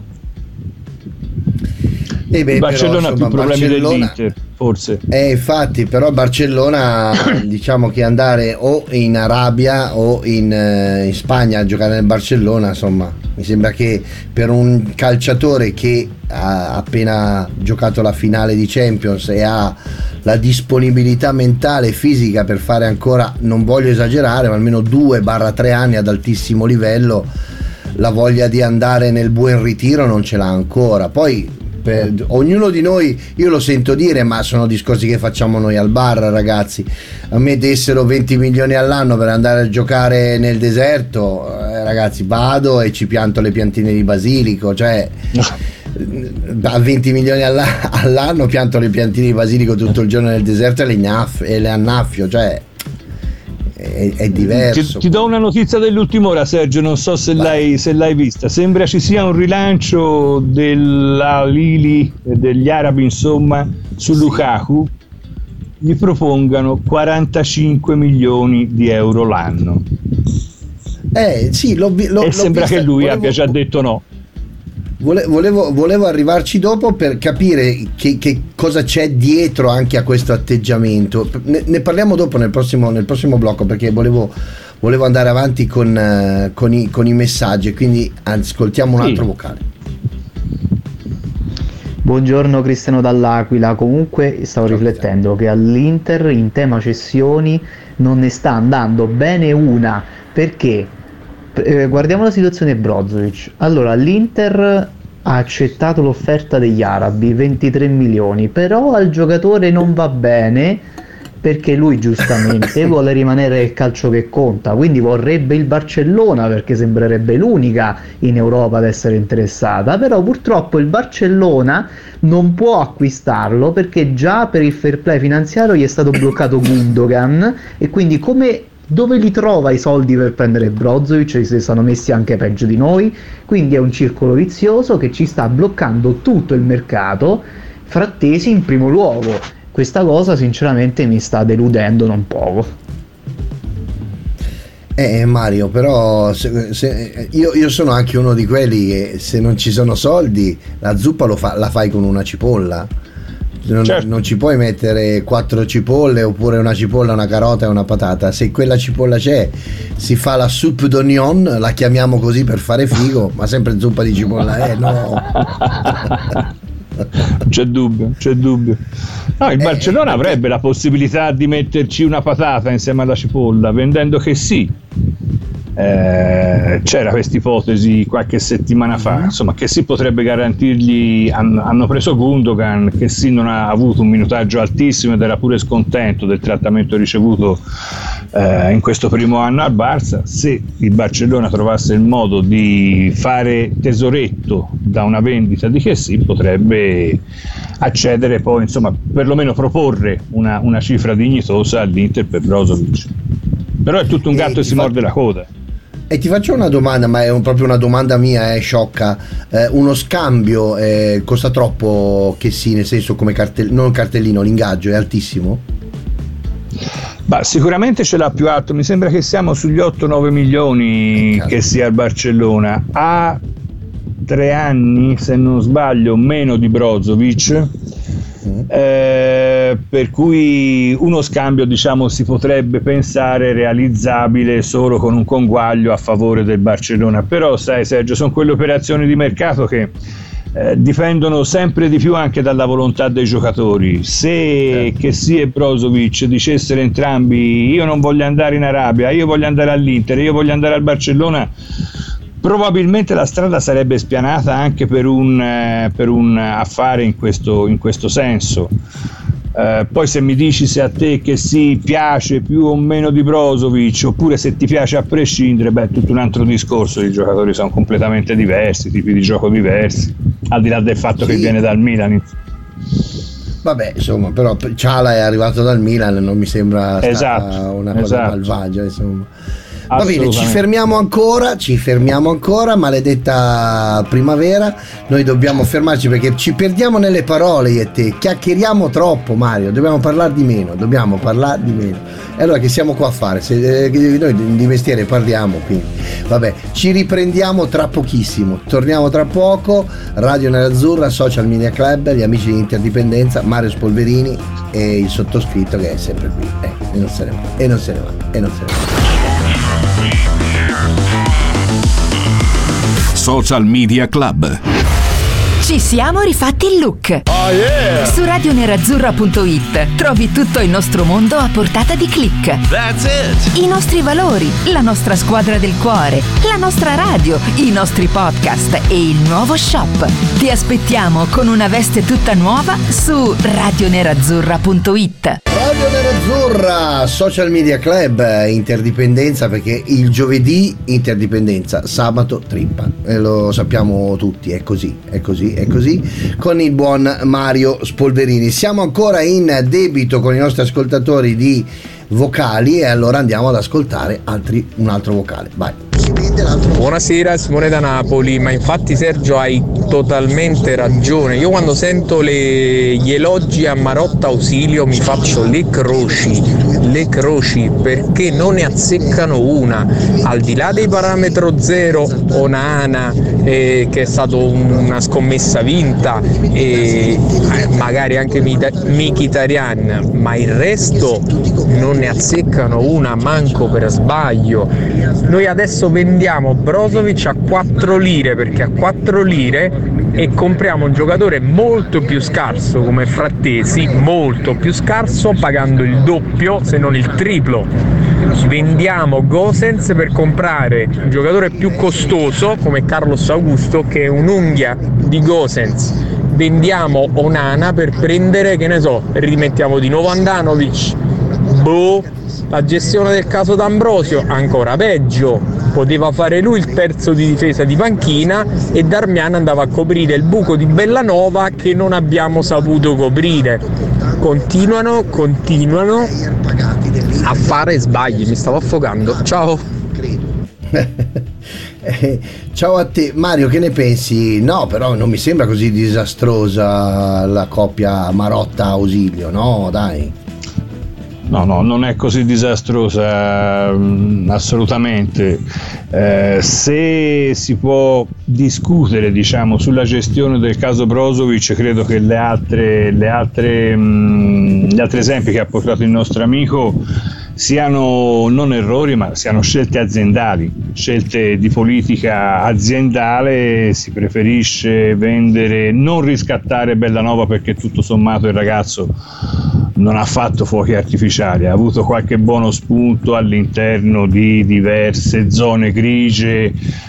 Speaker 6: il Barcellona ha più problemi dell'Inter, forse.
Speaker 5: Infatti, però Barcellona diciamo che andare o in Arabia o in Spagna a giocare nel Barcellona, insomma, mi sembra che per un calciatore che ha appena giocato la finale di Champions e ha la disponibilità mentale e fisica per fare ancora, non voglio esagerare, ma almeno 2-3 anni ad altissimo livello, la voglia di andare nel buon ritiro non ce l'ha ancora. Poi ognuno di noi, io lo sento dire, ma sono discorsi che facciamo noi al bar, ragazzi. A me dessero 20 milioni all'anno per andare a giocare nel deserto, ragazzi, vado e ci pianto le piantine di basilico, cioè a 20 milioni all'anno pianto le piantine di basilico tutto il giorno nel deserto e le annaffio, cioè è diverso.
Speaker 6: Ti do una notizia dell'ultima ora, Sergio, non so se l'hai vista. Sembra ci sia un rilancio della Lili e degli arabi, insomma, su Lukaku. Gli propongano 45 milioni di euro l'anno.
Speaker 5: Sì,
Speaker 6: e sembra che lui abbia già detto no.
Speaker 5: Volevo arrivarci dopo per capire che cosa c'è dietro anche a questo atteggiamento. Ne parliamo dopo nel prossimo blocco, perché volevo andare avanti con i messaggi, quindi ascoltiamo un altro vocale.
Speaker 12: Buongiorno Cristiano dall'Aquila. Comunque stavo riflettendo che all'Inter in tema cessioni non ne sta andando bene una, perché guardiamo la situazione Brozovic. Allora, l'Inter ha accettato l'offerta degli arabi, 23 milioni, però al giocatore non va bene perché lui giustamente vuole rimanere il calcio che conta, quindi vorrebbe il Barcellona perché sembrerebbe l'unica in Europa ad essere interessata, però purtroppo il Barcellona non può acquistarlo perché già per il fair play finanziario gli è stato bloccato Gundogan, e quindi dove li trova i soldi per prendere Brozovic? Si sono messi anche peggio di noi, quindi è un circolo vizioso che ci sta bloccando tutto il mercato, Frattesi in primo luogo. Questa cosa sinceramente mi sta deludendo non poco.
Speaker 5: Mario, però io sono anche uno di quelli che se non ci sono soldi la zuppa la fai con una cipolla. Non ci puoi mettere 4 cipolle oppure una cipolla, una carota e una patata. Se quella cipolla c'è, si fa la soupe d'oignon, la chiamiamo così per fare figo, ma sempre zuppa di cipolla, no.
Speaker 6: C'è dubbio. No, il Barcellona avrebbe la possibilità di metterci una patata insieme alla cipolla, vendendo che sì. C'era questa ipotesi qualche settimana fa, insomma, che si potrebbe garantirgli. Hanno preso Gundogan, che sì non ha avuto un minutaggio altissimo ed era pure scontento del trattamento ricevuto in questo primo anno al Barça. Se il Barcellona trovasse il modo di fare tesoretto da una vendita di che sì, potrebbe accedere poi, insomma, perlomeno proporre una cifra dignitosa all'Inter per Brozovic. Però è tutto un gatto e si morde la coda.
Speaker 5: E ti faccio una domanda, ma è proprio una domanda mia, è sciocca. Uno scambio costa troppo, che sì, nel senso come non cartellino, l'ingaggio è altissimo?
Speaker 6: Sicuramente ce l'ha più alto, mi sembra che siamo sugli 8-9 milioni che sia il Barcellona. Ha 3 anni, se non sbaglio, meno di Brozovic. Per cui uno scambio, diciamo, si potrebbe pensare realizzabile solo con un conguaglio a favore del Barcellona. Però sai Sergio, sono quelle operazioni di mercato che dipendono sempre di più anche dalla volontà dei giocatori. Se che sì e Brozovic dicessero entrambi io non voglio andare in Arabia, io voglio andare all'Inter, io voglio andare al Barcellona, probabilmente la strada sarebbe spianata anche per un affare in questo senso. Poi se mi dici se a te che si piace più o meno di Brozovic, oppure se ti piace a prescindere, è tutto un altro discorso. I giocatori sono completamente diversi, tipi di gioco diversi, al di là del fatto che viene dal Milan.
Speaker 5: Vabbè, insomma, però Ciala è arrivato dal Milan, non mi sembra stata una cosa malvagia, insomma. Va bene, ci fermiamo ancora, maledetta primavera. Noi dobbiamo fermarci perché ci perdiamo nelle parole io e te, chiacchieriamo troppo, Mario, dobbiamo parlare di meno. E allora che siamo qua a fare? Noi di mestiere parliamo, quindi vabbè, ci riprendiamo tra pochissimo, torniamo tra poco. Radio Nerazzurra, Social Media Club, gli amici di Interdipendenza, Mario Spolverini e il sottoscritto che è sempre qui e non se ne va.
Speaker 4: Social Media Club.
Speaker 1: Ci siamo rifatti il look.
Speaker 13: Oh yeah!
Speaker 1: Su radionerazzurra.it trovi tutto il nostro mondo a portata di click.
Speaker 13: That's it!
Speaker 1: I nostri valori, la nostra squadra del cuore, la nostra radio, i nostri podcast e il nuovo shop. Ti aspettiamo con una veste tutta nuova su radionerazzurra.it.
Speaker 5: Radio Nerazzurra, Social Media Club, Interdipendenza, perché il giovedì Interdipendenza, sabato trippa, e lo sappiamo tutti, è così, con il buon Mario Spolverini. Siamo ancora in debito con i nostri ascoltatori di vocali e allora andiamo ad ascoltare un altro vocale, vai.
Speaker 14: Buonasera, Simone da Napoli. Ma infatti Sergio hai totalmente ragione. Io quando sento gli elogi a Marotta Ausilio mi faccio le croci perché non ne azzeccano una. Al di là dei parametro zero, Onana che è stato una scommessa vinta e magari anche Mkhitaryan, ma il resto non ne azzeccano una manco per sbaglio. Noi adesso vendiamo Brozovic a 4 lire perché a 4 lire e compriamo un giocatore molto più scarso come Frattesi, molto più scarso, pagando il doppio se non il triplo. Vendiamo Gosens per comprare un giocatore più costoso come Carlos Augusto che è un'unghia di Gosens. Vendiamo Onana per prendere, che ne so, rimettiamo di nuovo Andanovic. La gestione del caso D'Ambrosio ancora peggio, poteva fare lui il terzo di difesa di panchina e Darmian andava a coprire il buco di Bellanova che non abbiamo saputo coprire. Continuano a fare sbagli, mi stavo affogando. Ciao.
Speaker 5: Ciao a te Mario, che ne pensi? No, però non mi sembra così disastrosa la coppia Marotta Ausilio, no dai.
Speaker 6: No, non è così disastrosa assolutamente. Se si può discutere, diciamo, sulla gestione del caso Brozovic, credo che gli altri esempi che ha portato il nostro amico siano non errori, ma siano scelte aziendali, scelte di politica aziendale. Si preferisce vendere, non riscattare Bellanova perché tutto sommato il ragazzo non ha fatto fuochi artificiali, ha avuto qualche buono spunto all'interno di diverse zone grigie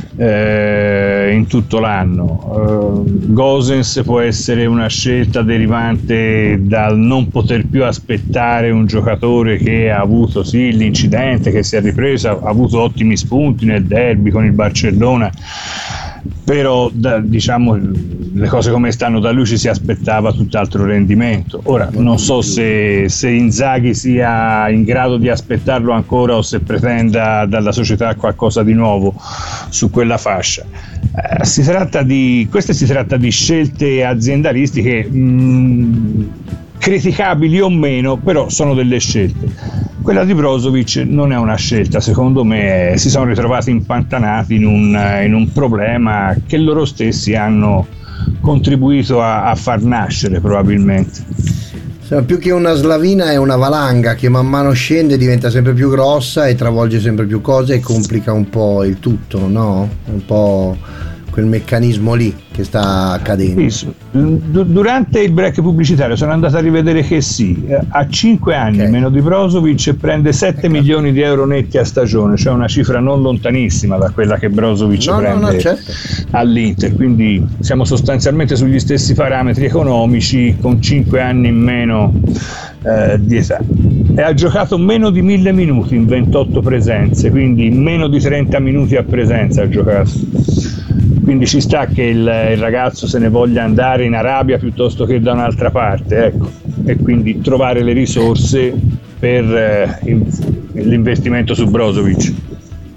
Speaker 6: in tutto l'anno. Gosens può essere una scelta derivante dal non poter più aspettare un giocatore che ha avuto sì l'incidente, che si è ripreso, ha avuto ottimi spunti nel derby con il Barcellona, però diciamo le cose come stanno, da lui ci si aspettava tutt'altro rendimento. Ora non so se Inzaghi sia in grado di aspettarlo ancora o se pretenda dalla società qualcosa di nuovo su quella fascia. Si tratta di scelte aziendalistiche criticabili o meno, però sono delle scelte. Quella di Brozovic non è una scelta, secondo me si sono ritrovati impantanati in un problema che loro stessi hanno contribuito a far nascere probabilmente.
Speaker 5: Più che una slavina è una valanga che man mano scende, diventa sempre più grossa e travolge sempre più cose e complica un po' il tutto, no? Un po' quel meccanismo lì che sta accadendo. Sì,
Speaker 6: durante il break pubblicitario sono andato a rivedere che sì, a 5 anni meno di Brozovic prende 7 milioni di euro netti a stagione, cioè una cifra non lontanissima da quella che Brozovic prende certo. all'Inter, quindi siamo sostanzialmente sugli stessi parametri economici con 5 anni in meno di età. E ha giocato meno di 1000 minuti in 28 presenze, quindi meno di 30 minuti a presenza ha giocato. Quindi ci sta che il ragazzo se ne voglia andare in Arabia piuttosto che da un'altra parte, ecco, e quindi trovare le risorse per l'investimento su Brozovic.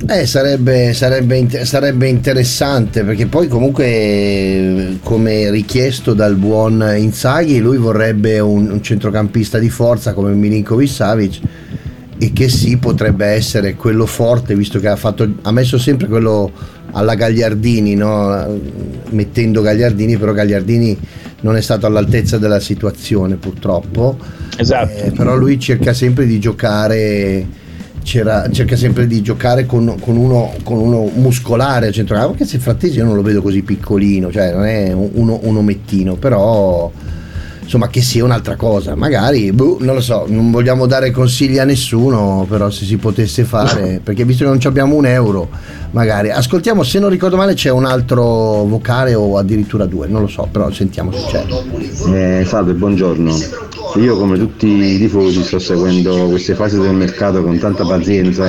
Speaker 5: Sarebbe interessante, perché poi comunque, come richiesto dal buon Inzaghi, lui vorrebbe un centrocampista di forza come Milinkovic-Savic, e che sì, potrebbe essere quello forte, visto che ha messo sempre quello alla Gagliardini, no? Mettendo Gagliardini, però Gagliardini non è stato all'altezza della situazione, purtroppo.
Speaker 6: Esatto.
Speaker 5: Però lui cerca sempre di giocare con uno muscolare a centrocampo, anche se Frattesi io non lo vedo così piccolino, cioè non è un omettino, però insomma, che sia un'altra cosa, magari, non lo so, non vogliamo dare consigli a nessuno, però se si potesse fare, perché visto che non abbiamo un euro, magari ascoltiamo, se non ricordo male c'è un altro vocale o addirittura due, non lo so, però sentiamo se c'è.
Speaker 13: Salve, buongiorno. Io, come tutti i tifosi, sto seguendo queste fasi del mercato con tanta pazienza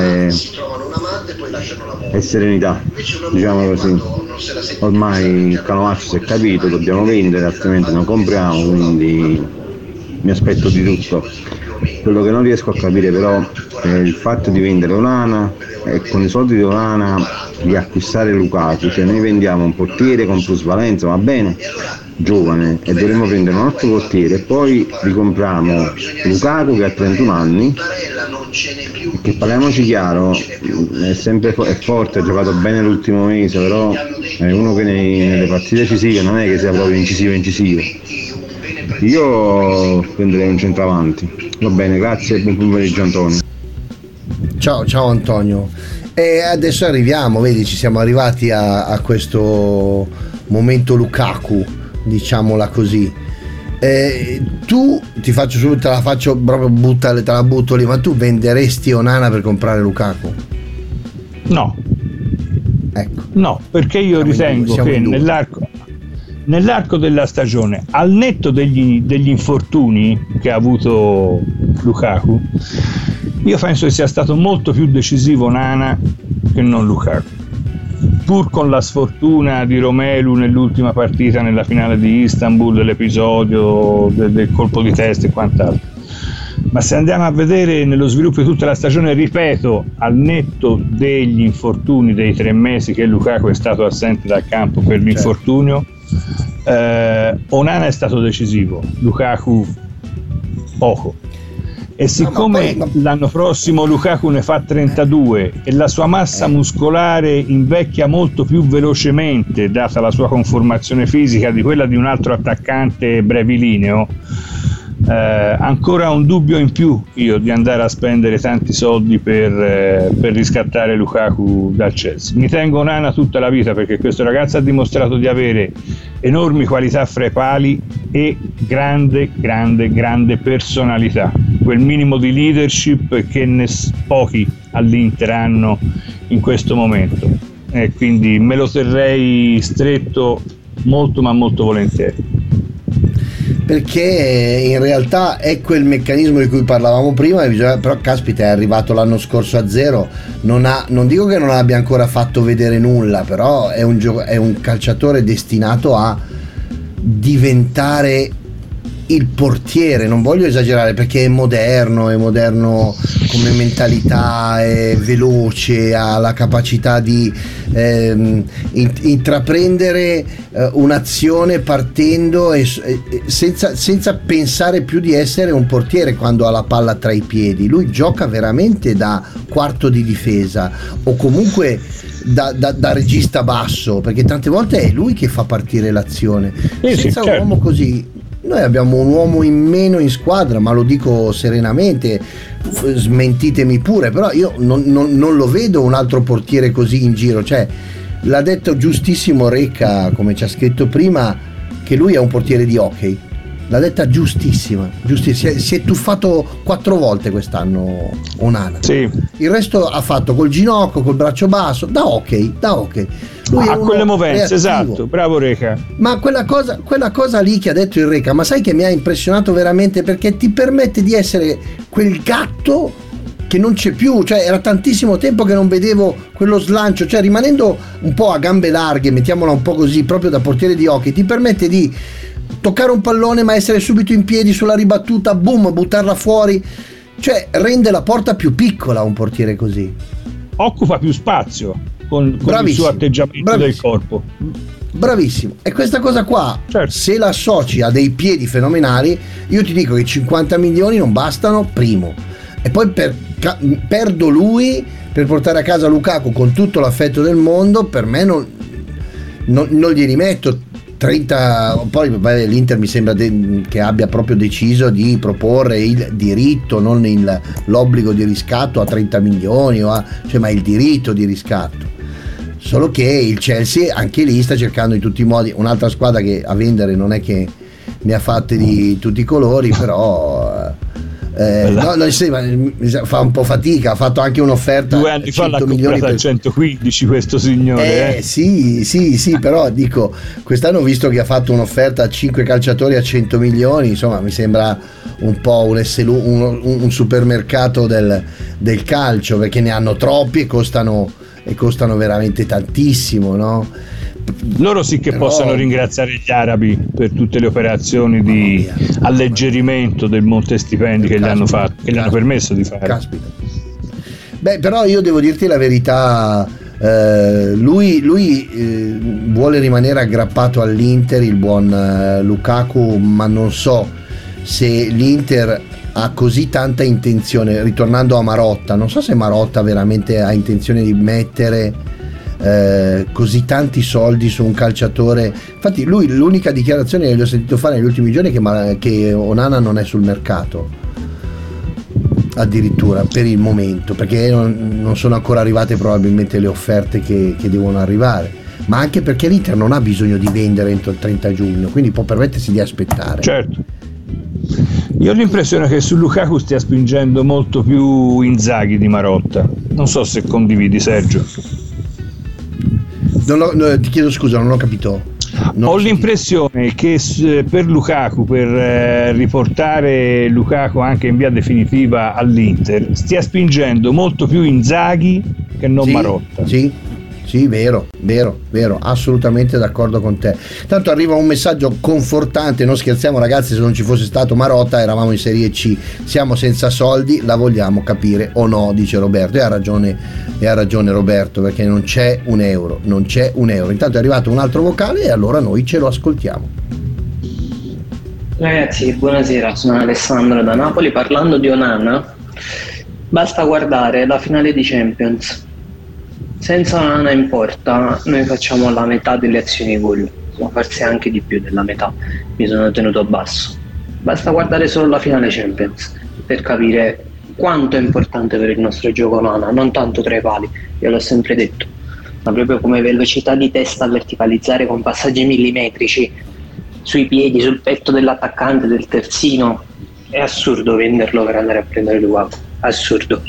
Speaker 13: e serenità, diciamo così. Ormai il canovaccio si è capito, dobbiamo vendere, altrimenti non compriamo, quindi mi aspetto di tutto. Quello che non riesco a capire però è il fatto di vendere Onana e con i soldi di Onana di acquistare Lukaku. Cioè, noi vendiamo un portiere con plusvalenza, va bene, giovane, e dovremmo prendere un altro portiere, e poi ricompriamo Lukaku che ha 31 anni, che parliamoci chiaro, è forte, ha giocato bene l'ultimo mese, però è uno che nelle partite decisive non è che sia proprio incisivo. Io prenderei un centravanti. Va bene, grazie e buon pomeriggio Antonio.
Speaker 5: Ciao Antonio. E adesso arriviamo, vedi, ci siamo arrivati a questo momento Lukaku, diciamola così. Tu ti faccio subito, te la faccio proprio, te la butto lì, ma tu venderesti Onana per comprare Lukaku?
Speaker 6: No.
Speaker 5: Ecco.
Speaker 6: No, perché io ritengo che nell'arco della stagione, al netto degli infortuni che ha avuto Lukaku, io penso che sia stato molto più decisivo Onana che non Lukaku, pur con la sfortuna di Romelu nell'ultima partita nella finale di Istanbul, dell'episodio del colpo di testa e quant'altro. Ma se andiamo a vedere nello sviluppo di tutta la stagione, ripeto, al netto degli infortuni dei 3 mesi che Lukaku è stato assente dal campo per l'infortunio, Onana è stato decisivo, Lukaku poco. E siccome l'anno prossimo Lukaku ne fa 32 e la sua massa muscolare invecchia molto più velocemente, data la sua conformazione fisica, di quella di un altro attaccante brevilineo, ancora un dubbio in più io di andare a spendere tanti soldi per riscattare Lukaku dal Chelsea. Mi tengo Onana tutta la vita, perché questo ragazzo ha dimostrato di avere enormi qualità fra i pali e grande personalità, quel minimo di leadership che pochi all'Inter hanno in questo momento, e quindi me lo terrei stretto molto ma molto volentieri,
Speaker 5: perché in realtà è quel meccanismo di cui parlavamo prima, però caspita, è arrivato l'anno scorso a zero, non dico che non abbia ancora fatto vedere nulla, però è un calciatore destinato a diventare il portiere, non voglio esagerare perché è moderno come mentalità, è veloce, ha la capacità di intraprendere un'azione partendo e senza pensare più di essere un portiere quando ha la palla tra i piedi. Lui gioca veramente da quarto di difesa o comunque da regista basso, perché tante volte è lui che fa partire l'azione. Senza un uomo così noi abbiamo un uomo in meno in squadra, ma lo dico serenamente, smentitemi pure, però io non lo vedo un altro portiere così in giro. Cioè, l'ha detto giustissimo Recca, come ci ha scritto prima, che lui è un portiere di hockey. L'ha detta giustissima. Si è tuffato 4 volte quest'anno Onana.
Speaker 6: Sì.
Speaker 5: Il resto ha fatto col ginocchio, col braccio basso, da hockey. Lui
Speaker 6: ha quelle movenze, esatto, bravo Reca.
Speaker 5: Ma quella cosa lì che ha detto il Reca, ma sai che mi ha impressionato veramente, perché ti permette di essere quel gatto che non c'è più. Cioè, era tantissimo tempo che non vedevo quello slancio, cioè rimanendo un po' a gambe larghe, mettiamola un po' così, proprio da portiere di hockey, ti permette di toccare un pallone ma essere subito in piedi sulla ribattuta, boom, buttarla fuori, cioè rende la porta più piccola un portiere così.
Speaker 6: occupa più spazio con il suo atteggiamento del corpo.
Speaker 5: Bravissimo. E questa cosa qua, se la associ a dei piedi fenomenali, io ti dico che 50 milioni non bastano, primo. E poi perdo lui per portare a casa Lukaku con tutto l'affetto del mondo, per me non gli rimetto 30. Poi l'Inter mi sembra che abbia proprio deciso di proporre il diritto, non l'obbligo di riscatto a 30 milioni, ma il diritto di riscatto. Solo che il Chelsea anche lì sta cercando in tutti i modi, un'altra squadra che a vendere non è che ne ha fatte di tutti i colori, però fa un po' fatica, ha fatto anche un'offerta
Speaker 6: 2 anni fa, 100 milioni per 115 questo signore.
Speaker 5: Sì, però dico, quest'anno ho visto che ha fatto un'offerta a 5 calciatori a 100 milioni, insomma mi sembra un po' un supermercato del calcio, perché ne hanno troppi e costano veramente tantissimo, no?
Speaker 6: Loro sì che possono ringraziare gli arabi per tutte le operazioni di alleggerimento del monte stipendi che gli hanno fatto, che gli hanno permesso di fare.
Speaker 5: Caspita. Beh, però io devo dirti la verità, lui vuole rimanere aggrappato all'Inter, il buon Lukaku, ma non so se l'Inter ha così tanta intenzione, ritornando a Marotta, non so se Marotta veramente ha intenzione di mettere così tanti soldi su un calciatore. Infatti lui, l'unica dichiarazione che gli ho sentito fare negli ultimi giorni è che Onana non è sul mercato, addirittura per il momento, perché non sono ancora arrivate probabilmente le offerte che devono arrivare, ma anche perché l'Inter non ha bisogno di vendere entro il 30 giugno, quindi può permettersi di aspettare.
Speaker 6: Certo. Io ho l'impressione che su Lukaku stia spingendo molto più Inzaghi di Marotta. Non so se condividi, Sergio.
Speaker 5: Ti chiedo scusa, non ho capito.
Speaker 6: Ho l'impressione che per Lukaku, per riportare Lukaku anche in via definitiva all'Inter, stia spingendo molto più Inzaghi che non Marotta.
Speaker 5: Sì, vero, assolutamente d'accordo con te. Tanto arriva un messaggio confortante, non scherziamo ragazzi, se non ci fosse stato Marotta eravamo in Serie C, siamo senza soldi, la vogliamo capire o no, dice Roberto, e ha ragione Roberto, perché non c'è un euro. Intanto è arrivato un altro vocale e allora noi ce lo ascoltiamo.
Speaker 15: Ragazzi, buonasera, sono Alessandro da Napoli. Parlando di Onana, basta guardare la finale di Champions. Senza Onana in porta noi facciamo la metà delle azioni gol, ma forse anche di più della metà, mi sono tenuto basso. Basta guardare solo la finale Champions per capire quanto è importante per il nostro gioco Onana, non tanto tra i pali, io l'ho sempre detto, ma proprio come velocità di testa a verticalizzare con passaggi millimetrici sui piedi, sul petto dell'attaccante, del terzino. È assurdo venderlo per andare a prendere Lukaku, assurdo.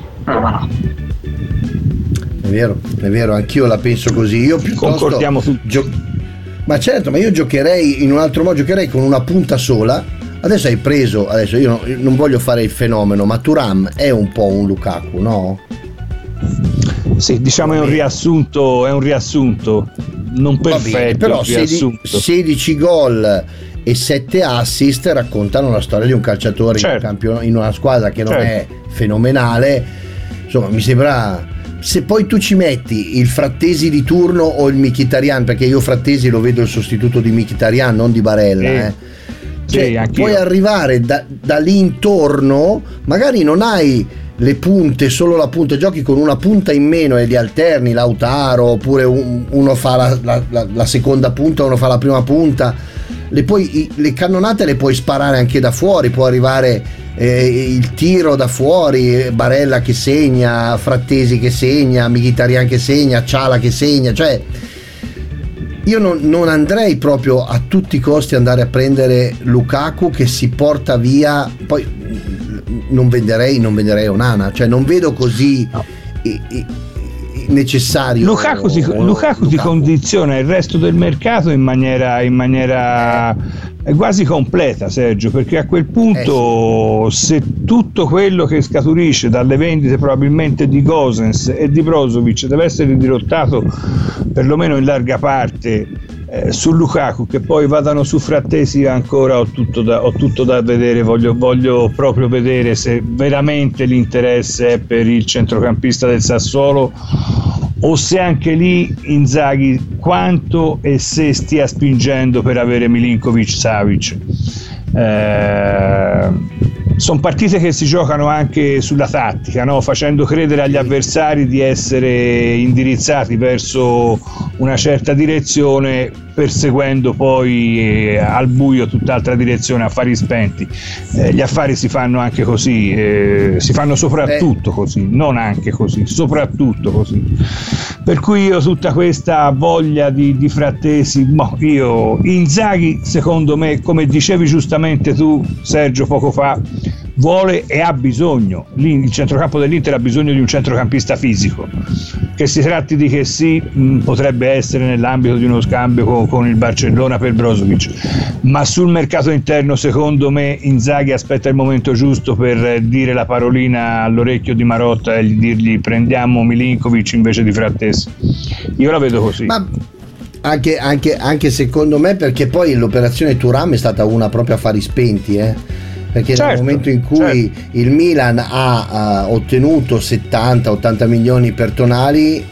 Speaker 5: È vero, anch'io la penso così. Io piuttosto
Speaker 6: concordiamo tutti.
Speaker 5: Ma certo, ma io giocherei in un altro modo, giocherei con una punta sola. Adesso io non voglio fare il fenomeno, ma Thuram è un po' un Lukaku, no?
Speaker 6: Sì, diciamo è un riassunto non perfetto,
Speaker 5: bene, però 16 gol e 7 assist raccontano la storia di un calciatore in una squadra che non è fenomenale. Insomma, mi sembra. Se poi tu ci metti il Frattesi di turno o il Mkhitaryan, perché io Frattesi lo vedo il sostituto di Mkhitaryan, non di Barella, puoi arrivare da lì intorno, magari non hai le punte, solo la punta, giochi con una punta in meno e li alterni, Lautaro, oppure uno fa la seconda punta, uno fa la prima punta, le cannonate le puoi sparare anche da fuori, può arrivare il tiro da fuori, Barella che segna, Frattesi che segna, Mkhitaryan che segna, Ciala che segna, cioè io non andrei proprio a tutti i costi andare a prendere Lukaku che si porta via, poi non venderei Onana, cioè non vedo così necessario.
Speaker 6: Lukaku si condiziona il resto del mercato in maniera quasi completa, Sergio, perché a quel punto se tutto quello che scaturisce dalle vendite probabilmente di Gosens e di Brozovic deve essere dirottato perlomeno in larga parte Su Lukaku, che poi vadano su Frattesi ancora ho tutto da vedere, voglio proprio vedere se veramente l'interesse è per il centrocampista del Sassuolo o se anche lì Inzaghi quanto e se stia spingendo per avere Milinkovic-Savic. Sono partite che si giocano anche sulla tattica, no? Facendo credere agli avversari di essere indirizzati verso una certa direzione, perseguendo poi al buio tutt'altra direzione, affari spenti. Gli affari si fanno anche così, si fanno soprattutto così, non anche così, soprattutto così. Per cui io tutta questa voglia di Frattesi, Inzaghi secondo me, come dicevi giustamente tu Sergio poco fa, vuole e ha bisogno, il centrocampo dell'Inter ha bisogno di un centrocampista fisico, che si tratti di che potrebbe essere nell'ambito di uno scambio con il Barcellona per Brozovic, ma sul mercato interno secondo me Inzaghi aspetta il momento giusto per dire la parolina all'orecchio di Marotta e dirgli prendiamo Milinkovic invece di Frattesi. Io la vedo così. Ma
Speaker 5: anche secondo me, perché poi l'operazione Thuram è stata una proprio affari spenti, perché nel momento in cui il Milan ha ottenuto 70-80 milioni per Tonali,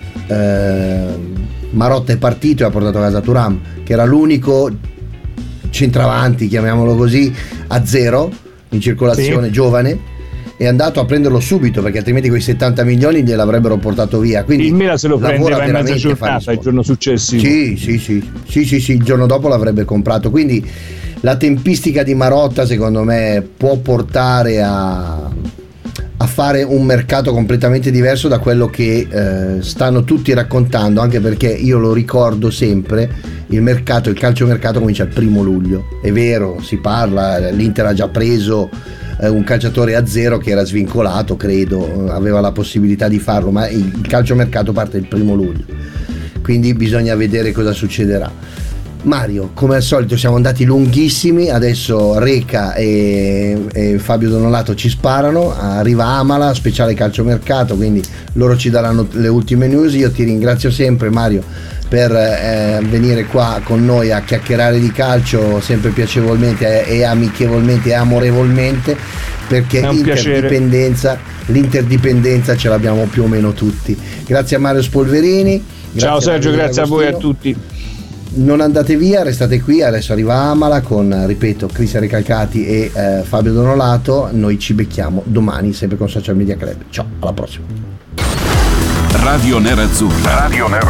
Speaker 5: Marotta è partito e ha portato a casa Thuram, che era l'unico centravanti, chiamiamolo così, a zero in circolazione, giovane, è andato a prenderlo subito, perché altrimenti quei 70 milioni gliel'avrebbero portato via. Quindi
Speaker 6: il Milan se lo prendeva in mezza giornata, il giorno successivo.
Speaker 5: Sì, il giorno dopo l'avrebbe comprato. Quindi la tempistica di Marotta secondo me può portare a fare un mercato completamente diverso da quello che stanno tutti raccontando, anche perché io lo ricordo sempre, il calciomercato comincia il 1 luglio. È vero, si parla, l'Inter ha già preso un calciatore a zero che era svincolato, credo, aveva la possibilità di farlo, ma il calciomercato parte il 1 luglio, quindi bisogna vedere cosa succederà. Mario, come al solito siamo andati lunghissimi, adesso Reca e Fabio Donolato ci sparano, arriva Amala, speciale calciomercato, quindi loro ci daranno le ultime news. Io ti ringrazio sempre Mario per venire qua con noi a chiacchierare di calcio sempre piacevolmente e amichevolmente e amorevolmente, perché l'interdipendenza ce l'abbiamo più o meno tutti. Grazie a Mario Spolverini.
Speaker 6: Ciao Sergio, grazie a voi e a tutti.
Speaker 5: Non andate via, restate qui, adesso arriva Amala con, ripeto, Cristian Recalcati e Fabio Donolato. Noi ci becchiamo domani sempre con Social Media Club. Ciao, alla prossima.
Speaker 4: Radio Nerazzurra.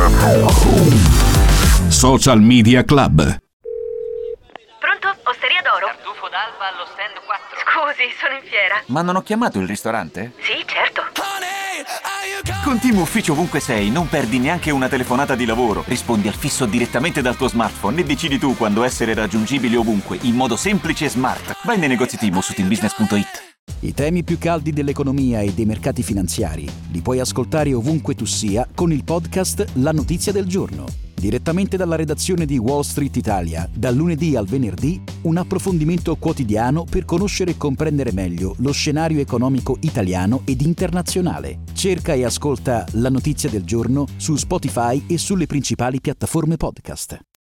Speaker 4: Social Media Club.
Speaker 2: Pronto? Osteria d'Oro?
Speaker 7: Tartufo d'alba allo stand 4.
Speaker 2: Scusi, sono in fiera.
Speaker 3: Ma non ho chiamato il ristorante?
Speaker 2: Sì, certo.
Speaker 3: Con Team Ufficio ovunque sei, non perdi neanche una telefonata di lavoro. Rispondi al fisso direttamente dal tuo smartphone e decidi tu quando essere raggiungibile ovunque, in modo semplice e smart. Vai nei negozi Team o su teambusiness.it.
Speaker 10: I temi più caldi dell'economia e dei mercati finanziari li puoi ascoltare ovunque tu sia con il podcast La Notizia del Giorno. Direttamente dalla redazione di Wall Street Italia, dal lunedì al venerdì, un approfondimento quotidiano per conoscere e comprendere meglio lo scenario economico italiano ed internazionale. Cerca e ascolta La Notizia del Giorno su Spotify e sulle principali piattaforme podcast.